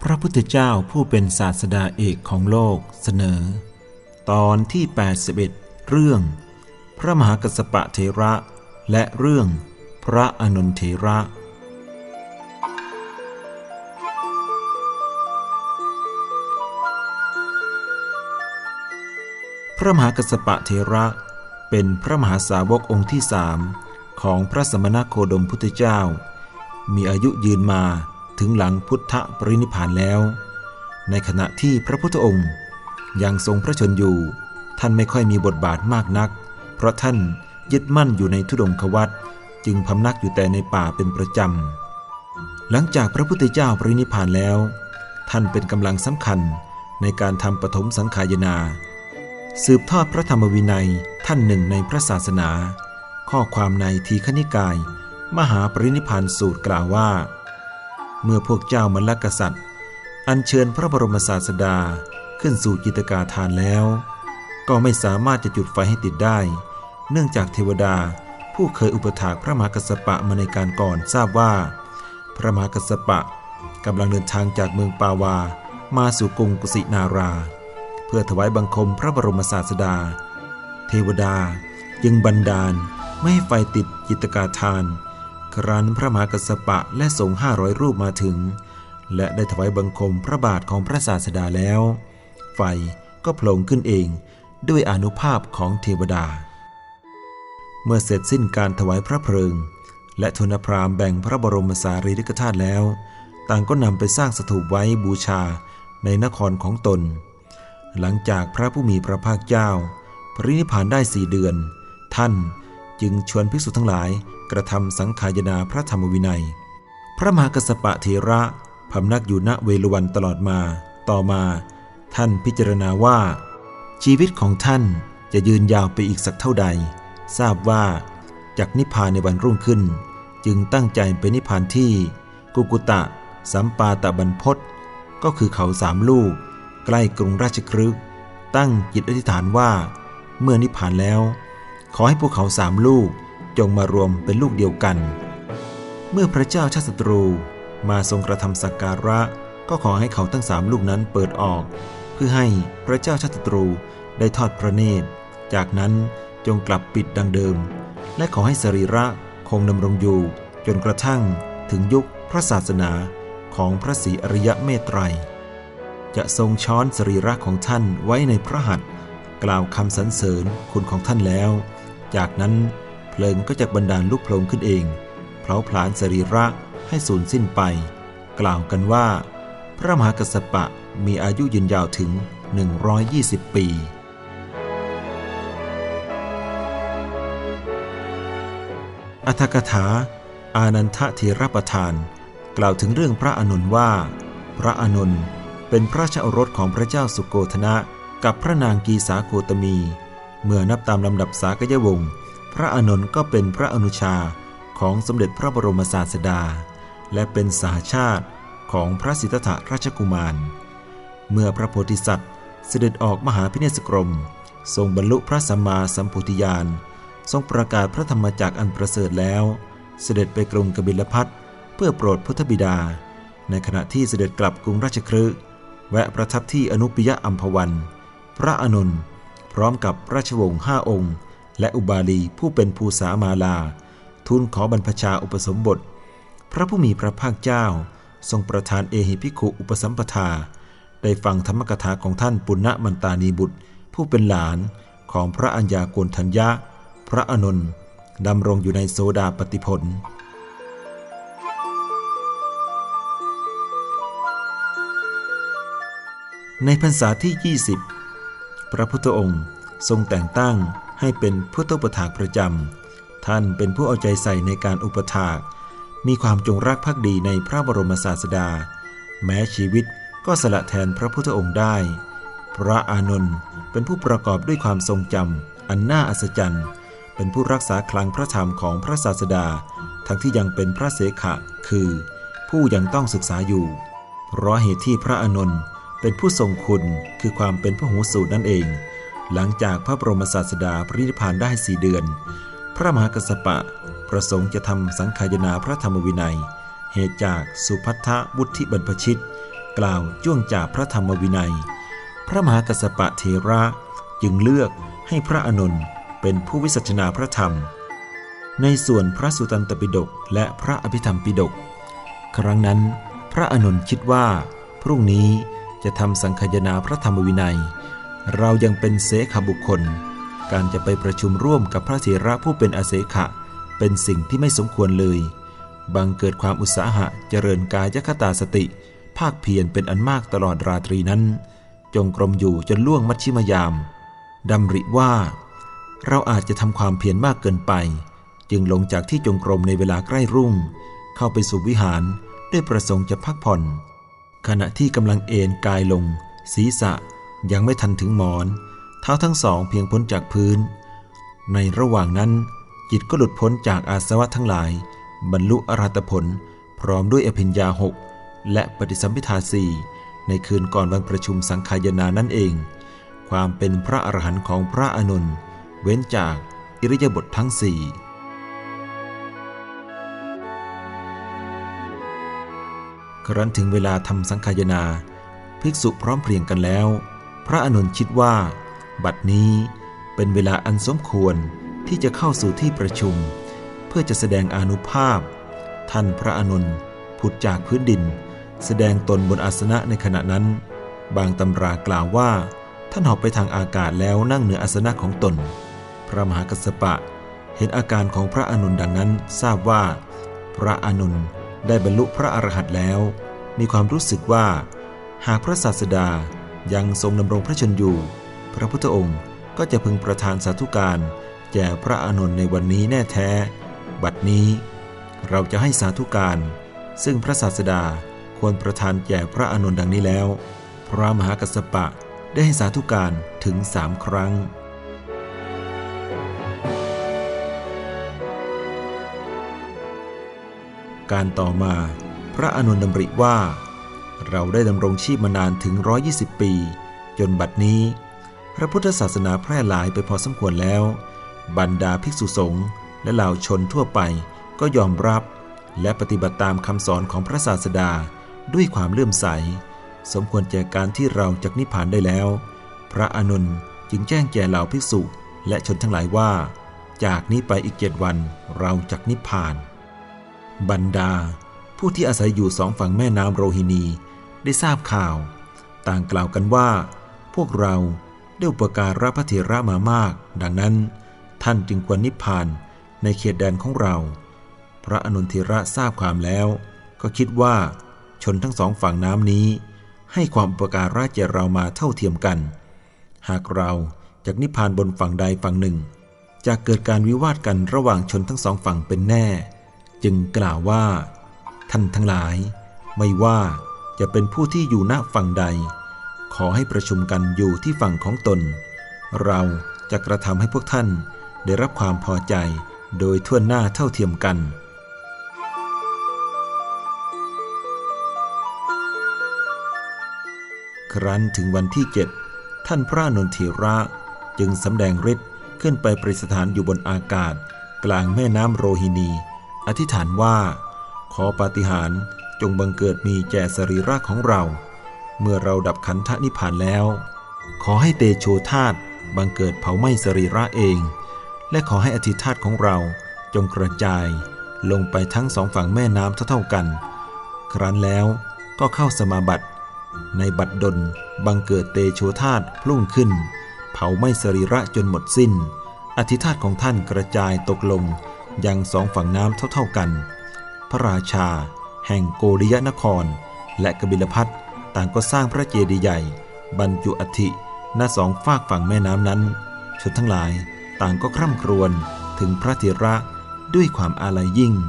พระพุทธเจ้าผู้เป็นศาสดาเอกของโลกเสนอตอนที่81เรื่องพระมหากัสสปะเถระและเรื่องพระอานนท์เถระพระมหากัสสปะเถระเป็นพระมหาสาวกองค์ที่สามของพระสมณโคดมพุทธเจ้ามีอายุยืนมาถึงหลังพุทธปรินิพพานแล้วในขณะที่พระพุทธองค์ยังทรงพระชนอยู่ท่านไม่ค่อยมีบทบาทมากนักเพราะท่านยึดมั่นอยู่ในธุดงควัตรจึงพำนักอยู่แต่ในป่าเป็นประจำหลังจากพระพุทธเจ้าปรินิพพานแล้วท่านเป็นกำลังสำคัญในการทำปฐมสังฆายนาสืบทอดพระธรรมวินัยท่านหนึ่งในพระศาสนาข้อความในทีฆนิกายมหาปรินิพพานสูตรกล่าวว่าเมื่อพวกเจ้ามลกษัตริย์อัญเชิญพระบรมศาสดาขึ้นสู่จิตกาทานแล้วก็ไม่สามารถจะจุดไฟให้ติดได้เนื่องจากเทวดาผู้เคยอุปถากพระมหากัสสปะมาในการก่อนทราบว่าพระมหากัสสปะกำลังเดินทางจากเมืองปาวามาสู่กรุงกุสินาราเพื่อถวายบังคมพระบรมศาสดาเทวดาจึงบันดาลไม่ให้ไฟติดจิตกาทานครั้นพระมหากัสสปะและสงฆ์500 รูปมาถึงและได้ถวายบังคมพระบาทของพระศาสดาแล้วไฟก็โผล่ขึ้นเองด้วยอานุภาพของเทวดาเมื่อเสร็จสิ้นการถวายพระเพลิงและทูลพราหมณ์แบ่งพระบรมสารีริกธาตุแล้วต่างก็นำไปสร้างสถูปไว้บูชาในนครของตนหลังจากพระผู้มีพระภาคเจ้าปรินิพพานได้4 เดือนท่านจึงชวนภิกษุทั้งหลายกระทำสังฆายนาพระธรรมวินัยพระมหากัสสปะเถระพำนักอยู่ณเวฬุวันตลอดมาต่อมาท่านพิจารณาว่าชีวิตของท่านจะยืนยาวไปอีกสักเท่าใดทราบว่าจากนิพพานในวันรุ่งขึ้นจึงตั้งใจไปนิพพานที่กุกุตะสัมปาตบรรพตก็คือเขา3 ลูกใกล้กรุงราชคฤห์ตั้งจิตอธิษฐานว่าเมื่อนิพพานแล้วขอให้ภูเขา3 ลูกจงมารวมเป็นลูกเดียวกันเมื่อพระเจ้าชาติศัตรูมาทรงกระทำสักการะก็ขอให้เขาทั้ง3 ลูกนั้นเปิดออกเพื่อให้พระเจ้าชาติศัตรูได้ทอดพระเนตรจากนั้นจงกลับปิดดังเดิมและขอให้สรีระคงดำรงอยู่จนกระทั่งถึงยุคพระศาสนาของพระศรีอริยเมตไตรจะทรงช้อนสรีระของท่านไว้ในพระหัตถ์กล่าวคำสรรเสริญคุณของท่านแล้วจากนั้นเพลิงก็จะบันดาลลุกโผล่ขึ้นเองเผาผลาญสรีระให้สูญสิ้นไปกล่าวกันว่าพระมหากัสสปะมีอายุยืนยาวถึง120 ปีอรรถกถาอานันทเถรประธานกล่าวถึงเรื่องพระอานนท์ว่าพระอานนท์เป็นพระชโอรสของพระเจ้าสุโกธนะกับพระนางกีสาโคตมีเมื่อนับตามลำดับสากยวงศ์พระอานนท์ก็เป็นพระอนุชาของสมเด็จพระบรมศาสดาและเป็นสหชาติของพระสิทธัตถราชกุมารเมื่อพระโพธิสัตว์เสด็จออกมหาพิเนศกรมทรงบรรลุพระสัมมาสัมโพธิญาณทรงประกาศพระธรรมจักรอันประเสริฐแล้วเสด็จไปกรุงกบิลพัสต์เพื่อโปรดพุทธบิดาในขณะที่เสด็จกลับกรุงราชคฤห์แวะประทับที่อนุปยอัมพวันพระอานนท์พร้อมกับราชวงศ์5 องค์และอุบาลีผู้เป็นภูษามาลาทูลขอบรรพชาอุปสมบทพระผู้มีพระภาคเจ้าทรงประทานเอหิภิกขุอุปสัมปทาได้ฟังธรรมกถาของท่านปุณณมันตานีบุตรผู้เป็นหลานของพระอัญญาโกณฑัญญะพระอานนท์ดำรงอยู่ในโสดาปัตติผลในพรรษาที่ 20พระพุทธองค์ทรงแต่งตั้งให้เป็นพุทธอุปถากประจำท่านเป็นผู้เอาใจใส่ในการอุปถากมีความจงรักภักดีในพระบรมศาสดาแม้ชีวิตก็สละแทนพระพุทธองค์ได้พระอานนท์เป็นผู้ประกอบด้วยความทรงจำอันน่าอัศจรรย์เป็นผู้รักษาคลังพระธรรมของพระศาสดาทั้งที่ยังเป็นพระเสขะคือผู้ยังต้องศึกษาอยู่เพราะเหตุที่พระอานนท์เป็นผู้ทรงคุณคือความเป็นพหูสูตรนั่นเองหลังจากพระบรมศาสดาปรินิพพานได้4 เดือนพระมหากัสสปะประสงค์จะทำสังฆายนาพระธรรมวินัยเหตุจากสุภัททวุฒิบรรพชิตกล่าวจ้วงจาบพระธรรมวินัยพระมหากัสสปะเถระจึงเลือกให้พระอานนท์เป็นผู้วิสัชนาพระธรรมในส่วนพระสุตตันตปิฎกและพระอภิธรรมปิฎกครั้งนั้นพระอานนท์คิดว่าพรุ่งนี้จะทำสังคายนาพระธรรมวินัยเรายังเป็นเสขบุคคลการจะไปประชุมร่วมกับพระเถระผู้เป็นอาเสขะเป็นสิ่งที่ไม่สมควรเลยบังเกิดความอุตสาหะเจริญกายคตาสติภาคเพียรเป็นอันมากตลอดราตรีนั้นจงกรมอยู่จนล่วงมัชชิมยามดำริว่าเราอาจจะทำความเพียรมากเกินไปจึงลงจากที่จงกรมในเวลาใกล้รุ่งเข้าไปสู่วิหารด้วยประสงค์จะพักผ่อนขณะที่กำลังเอนกายลงศีรษะยังไม่ทันถึงหมอนเท้าทั้งสองเพียงพ้นจากพื้นในระหว่างนั้นจิตก็หลุดพ้นจากอาสวะทั้งหลายบรรลุอรหัตผลพร้อมด้วยอภิญญา6และปฏิสัมภิทา4ในคืนก่อนวันประชุมสังคายนานั่นเองความเป็นพระอรหันต์ของพระอานนท์เว้นจากอิริยาบถทั้ง4ครั้นถึงเวลาทำสังคายนาภิกษุพร้อมเพรียงกันแล้วพระอานนท์คิดว่าบัดนี้เป็นเวลาอันสมควรที่จะเข้าสู่ที่ประชุมเพื่อจะแสดงอานุภาพท่านพระอานนท์ผุดจากพื้นดินแสดงตนบนอาสนะในขณะนั้นบางตำรากล่าวว่าท่านเหาะไปทางอากาศแล้วนั่งเหนืออาสนะของตนพระมหากัสสปะเห็นอาการของพระอานนท์ดังนั้นทราบว่าพระอานนท์ได้บรรลุพระอรหันต์แล้วมีความรู้สึกว่าหากพระศาสดายังทรงดำรงพระชนอยู่พระพุทธองค์ก็จะพึงประทานสาธุการแก่พระอานนท์ในวันนี้แน่แท้บัดนี้เราจะให้สาธุการซึ่งพระศาสดาควรประทานแก่พระอานนท์ดังนี้แล้วพระมหากัสสปะได้ให้สาธุการถึง3 ครั้งการต่อมาพระอานนท์ดำริว่าเราได้ดำรงชีพมานานถึง120 ปีจนบัดนี้พระพุทธศาสนาแพร่หลายไปพอสมควรแล้วบรรดาภิกษุสงฆ์และเหล่าชนทั่วไปก็ยอมรับและปฏิบัติตามคำสอนของพระศาสดาด้วยความเลื่อมใสสมควรแก่การที่เราจักนิพพานได้แล้วพระอานนท์จึงแจ้งแก่เหล่าภิกษุและชนทั้งหลายว่าจากนี้ไปอีก7 วันเราจักนิพพานบรรดาผู้ที่อาศัยอยู่2 ฝั่งแม่น้ำโรฮินีได้ทราบข่าวต่างกล่าวกันว่าพวกเราได้อุปการะพระเถระมามากดังนั้นท่านจึงควรนิพพานในเขตแดนของเราพระอานนท์เถระทราบความแล้วก็คิดว่าชนทั้ง2 ฝั่งน้ำนี้ให้ความอุปการะแก่เรามาเท่าเทียมกันหากเราจักนิพพานบนฝั่งใดฝั่งหนึ่งจะเกิดการวิวาทกันระหว่างชนทั้ง2 ฝั่งเป็นแน่จึงกล่าวว่าท่านทั้งหลายไม่ว่าจะเป็นผู้ที่อยู่ณฝั่งใดขอให้ประชุมกันอยู่ที่ฝั่งของตนเราจะกระทำให้พวกท่านได้รับความพอใจโดยทั่วหน้าเท่าเทียมกันครั้นถึงวันที่7ท่านพระอานนท์เถระจึงสำแดงฤทธิ์ขึ้นไปประดิษฐานอยู่บนอากาศกลางแม่น้ำโรฮินีอธิษฐานว่าขอปาฏิหาริย์จงบังเกิดมีแก่สรีระของเราเมื่อเราดับขันธนิพพานแล้วขอให้เตโชธาตุบังเกิดเผาไหม้สรีระเองและขอให้อธิธาตุของเราจงกระจายลงไปทั้ง2 ฝั่งแม่น้ำเท่าๆกันครั้นแล้วก็เข้าสมาบัติในบัดดลบังเกิดเตโชธาตุพุ่งขึ้นเผาไหม้สรีระจนหมดสิ้นอธิธาตุของท่านกระจายตกลงยัง2 ฝั่งน้ำเท่าๆกันพระราชาแห่งโกริยนครและกบิลพัสต์ต่างก็สร้างพระเจดีย์ใหญ่บรรจุอัฐิณ2 ฝากฝั่งแม่น้ำนั้นชนทั้งหลายต่างก็คร่ำครวญถึงพระเถระด้วยความอาลัยยิ่ง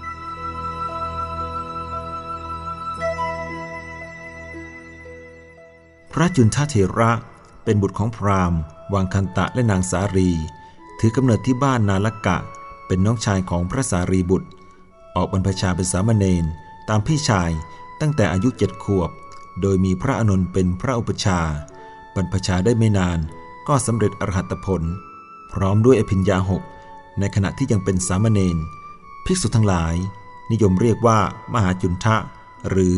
พระจุนทเถระเป็นบุตรของพราหมณ์วังคันตะและนางสารีถือกำเนิดที่บ้านนาลกะเป็นน้องชายของพระสารีบุตรออกบรรพชาเป็นสามเณรตามพี่ชายตั้งแต่อายุ7 ขวบโดยมีพระอานนท์เป็นพระอุปชาบรรพชาได้ไม่นานก็สำเร็จอรหัตผลพร้อมด้วยอภิญญา6ในขณะที่ยังเป็นสามเณรภิกษุทั้งหลายนิยมเรียกว่ามหาจุนทะหรือ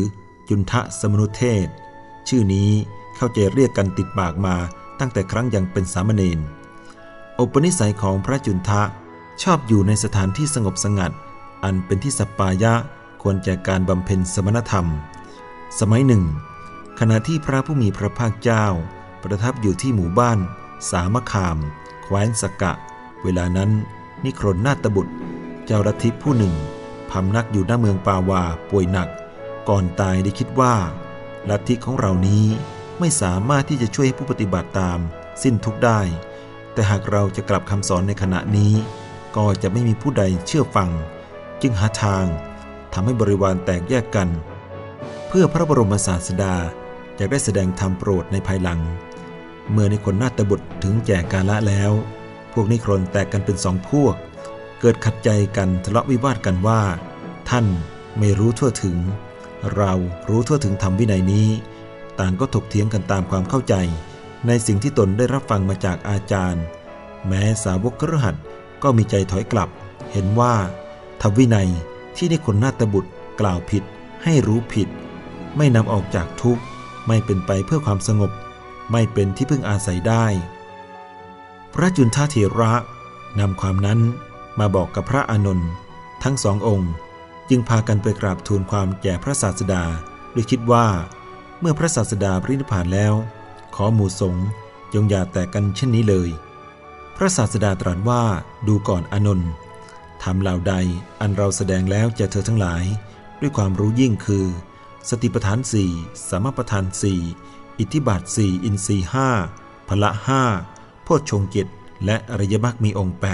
จุนทะสมนุเทศชื่อนี้เข้าใจเรียกกันติดปากมาตั้งแต่ครั้งยังเป็นสามเณรอุปนิสัยของพระจุนทะชอบอยู่ในสถานที่สงบสงัดอันเป็นที่สัปปายะควรแก่การบำเพ็ญสมณธรรมสมัยหนึ่งขณะที่พระผู้มีพระภาคเจ้าประทับอยู่ที่หมู่บ้านสามคามแคว้นสกะเวลานั้นนิครนนาถบุตรเจ้าลัทธิผู้หนึ่งพำนักอยู่หน้าเมืองปาวาป่วยหนักก่อนตายได้คิดว่าลัทธิของเรานี้ไม่สามารถที่จะช่วยให้ผู้ปฏิบัติตามสิ้นทุกข์ได้แต่หากเราจะกลับคำสอนในขณะนี้ก็จะไม่มีผู้ใดเชื่อฟังจึงหาทางทำให้บริวารแตกแยกกันเพื่อพระบรมศาสดาจะได้แสดงธรรมโปรดในภายหลังเมื่อนิครนนาถบุตรถึงแก่กาลแล้วพวกนิครนแตกกันเป็นสองพวกเกิดขัดใจกันทะเลาะวิวาทกันว่าท่านไม่รู้ทั่วถึงเรารู้ทั่วถึงธรรมวินัยนี้ต่างก็ถกเถียงกันตามความเข้าใจในสิ่งที่ตนได้รับฟังมาจากอาจารย์แม้สาวกคฤหัสถ์ก็มีใจถอยกลับเห็นว่าธรรมวินัยที่นิครนนาถบุตรกล่าวผิดให้รู้ผิดไม่นำออกจากทุกข์ไม่เป็นไปเพื่อความสงบไม่เป็นที่พึ่งอาศัยได้พระจุนทเถระนำความนั้นมาบอกกับพระอานนท์ทั้งสององค์จึงพากันไปกราบทูลความแก่พระศาสดาโดยคิดว่าเมื่อพระศาสดาปรินิพพานแล้วขอหมู่สงฆ์จงอย่าแตกกันเช่นนี้เลยพระศาสดาตรัสว่าดูก่อนอานนท์ธรรมเหล่าใดอันเราแสดงแล้วแก่เธอทั้งหลายด้วยความรู้ยิ่งคือสติปัฏฐานสี่สมปัฏฐานสี่อิทธิบาทสี่อินทรีย์ห้าพละห้าโพชฌงค์เจ็ดและอริยมรรคมีองค์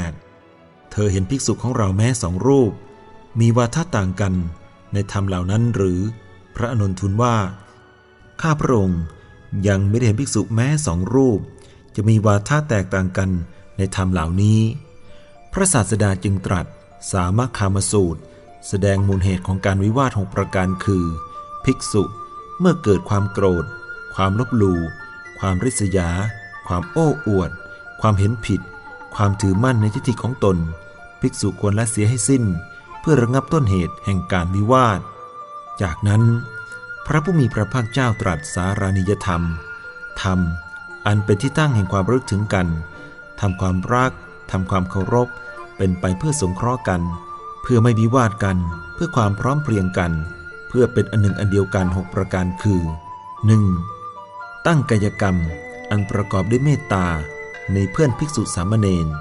8เธอเห็นภิกษุของเราแม้สองรูปมีวาทะต่างกันในธรรมเหล่านั้นหรือพระอานนท์ทูลว่าข้าพระองค์ยังไม่ได้เห็นภิกษุแม้สองรูปจะมีวาทะแตกต่างกันในธรรมเหล่านี้พระศาสดาจึงตรัสสามคามสูตรแสดงมูลเหตุของการวิวาท6ประการคือภิกษุเมื่อเกิดความโกรธความลบหลู่ความริษยาความโอ้อวดความเห็นผิดความถือมั่นในทิฏฐิของตนภิกษุควรละเสียให้สิ้นเพื่อระงับต้นเหตุแห่งการวิวาทจากนั้นพระผู้มีพระภาคเจ้าตรัสสารานิยธรรมธรรมอันเป็นที่ตั้งแห่งความระลึกถึงกันทำความรักทำความเคารพเป็นไปเพื่อสงเคราะห์กันเพื่อไม่วิวาทกันเพื่อความพร้อมเพรียงกันเพื่อเป็นอันหนึ่งอันเดียวกัน6ประการคือ 1. ตั้งกายกรรมอันประกอบด้วยเมตตาในเพื่อนภิกษุสามเณร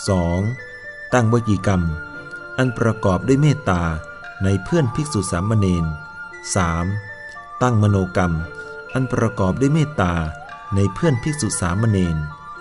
2. ตั้งวจีกรรมอันประกอบด้วยเมตตาในเพื่อนภิกษุสามเณร 3. ตั้งมโนกรรมอันประกอบด้วยเมตตาในเพื่อนภิกษุสามเณร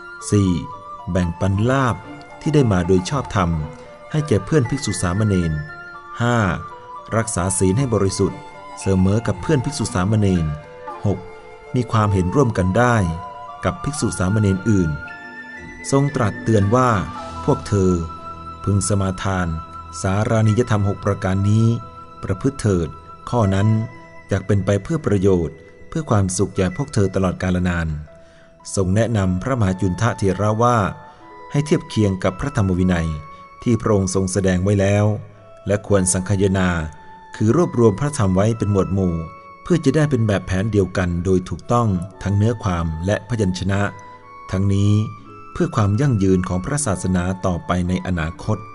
4. แบ่งปันลาภที่ได้มาโดยชอบธรรมให้แก่เพื่อนภิกษุสามเณร 5. รักษาศีลให้บริสุทธิ์เสมอกับเพื่อนภิกษุสามเณร 6. มีความเห็นร่วมกันได้กับภิกษุสามเณรอื่นทรงตรัสเตือนว่าพวกเธอพึงสมาทานสารานิยธรรม6ประการนี้ประพฤติเถิดข้อนั้นจะเป็นไปเพื่อประโยชน์เพื่อความสุขแก่พวกเธอตลอดกาลนานทรงแนะนำพระมหาจุนทเถระว่าให้เทียบเคียงกับพระธรรมวินัยที่พระองค์ทรงแสดงไว้แล้วและควรสังคายนาคือรวบรวมพระธรรมไว้เป็นหมวดหมู่เพื่อจะได้เป็นแบบแผนเดียวกันโดยถูกต้องทั้งเนื้อความและพยัญชนะทั้งนี้เพื่อความยั่งยืนของพระศาสนาต่อไปในอนาคต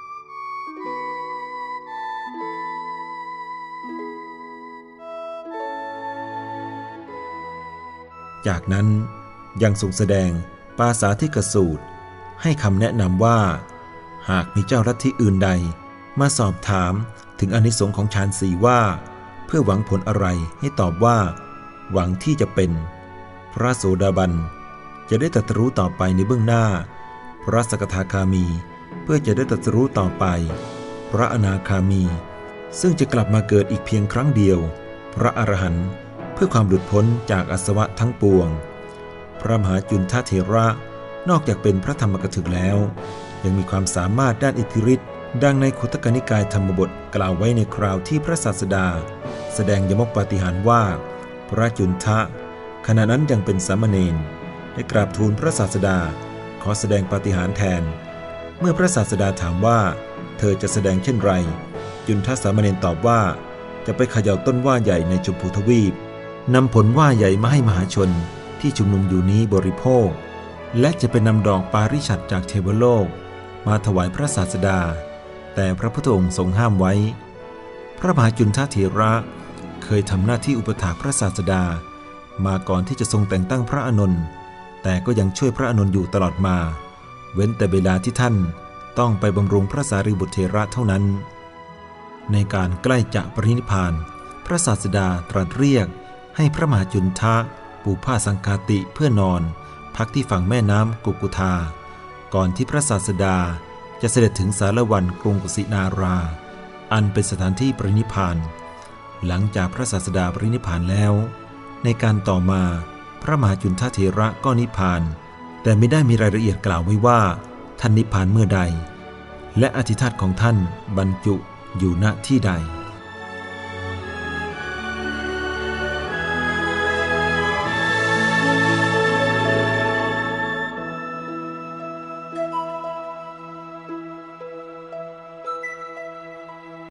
จากนั้นยังทรงแสดงปาสาธิกสูตรให้คำแนะนำว่าหากมีเจ้าลัทธิอื่นใดมาสอบถามถึงอานิสงส์ของฌานสี่ว่าเพื่อหวังผลอะไรให้ตอบว่าหวังที่จะเป็นพระโสดาบันจะได้ตรัสรู้ต่อไปในเบื้องหน้าพระสกทาคามีเพื่อจะได้ตรัสรู้ต่อไปพระอนาคามีซึ่งจะกลับมาเกิดอีกเพียงครั้งเดียวพระอรหันต์เพื่อความหลุดพ้นจากอาสวะทั้งปวงพระมหาจุนทเถระนอกจากเป็นพระธรรมกถึกแล้วยังมีความสามารถด้านอิทธิฤทธิ์ดังในขุทกนิกายธรรมบทกล่าวไว้ในคราวที่พระศาสดาแสดงยมกปาฏิหาริย์ว่าพระจุนทะขณะนั้นยังเป็นสามเณรได้กราบทูลพระศาสดาขอแสดงปาฏิหาริย์แทนเมื่อพระศาสดาถามว่าเธอจะแสดงเช่นไรจุนทสามเณรตอบว่าจจะไปเขย่าต้นว่าใหญ่ในชมพูทวีปนำผลว่าใหญ่มาให้มหาชนที่ชุมนุมอยู่นี้บริโภคและจะเป็นนำดอกปาริชัดจากเทวโลกมาถวายพระศาสดาแต่พระพุทธองค์ทรงห้ามไว้พระมหาจุนทเถระเคยทำหน้าที่อุปถากพระศาสดามาก่อนที่จะทรงแต่งตั้งพระอานนท์แต่ก็ยังช่วยพระอานนท์อยู่ตลอดมาเว้นแต่เวลาที่ท่านต้องไปบำรุงพระสารีบุตรเถระเท่านั้นในการใกล้จะปรินิพพานพระศาสดาตรัสเรียกให้พระมหาจุนทะปูผ้าสังฆาติเพื่อนอนพักที่ฝั่งแม่น้ำกุกุธาก่อนที่พระศาสดาจะเสด็จถึงสารวันกรุงกุสินาราอันเป็นสถานที่ปรินิพพานหลังจากพระศาสดาปรินิพพานแล้วในการต่อมาพระมหาจุนทเถระก็นิพพานแต่ไม่ได้มีรายละเอียดกล่าวไว้ว่าท่านนิพพานเมื่อใดและอธิธาตุของท่านบรรจุอยู่ณที่ใด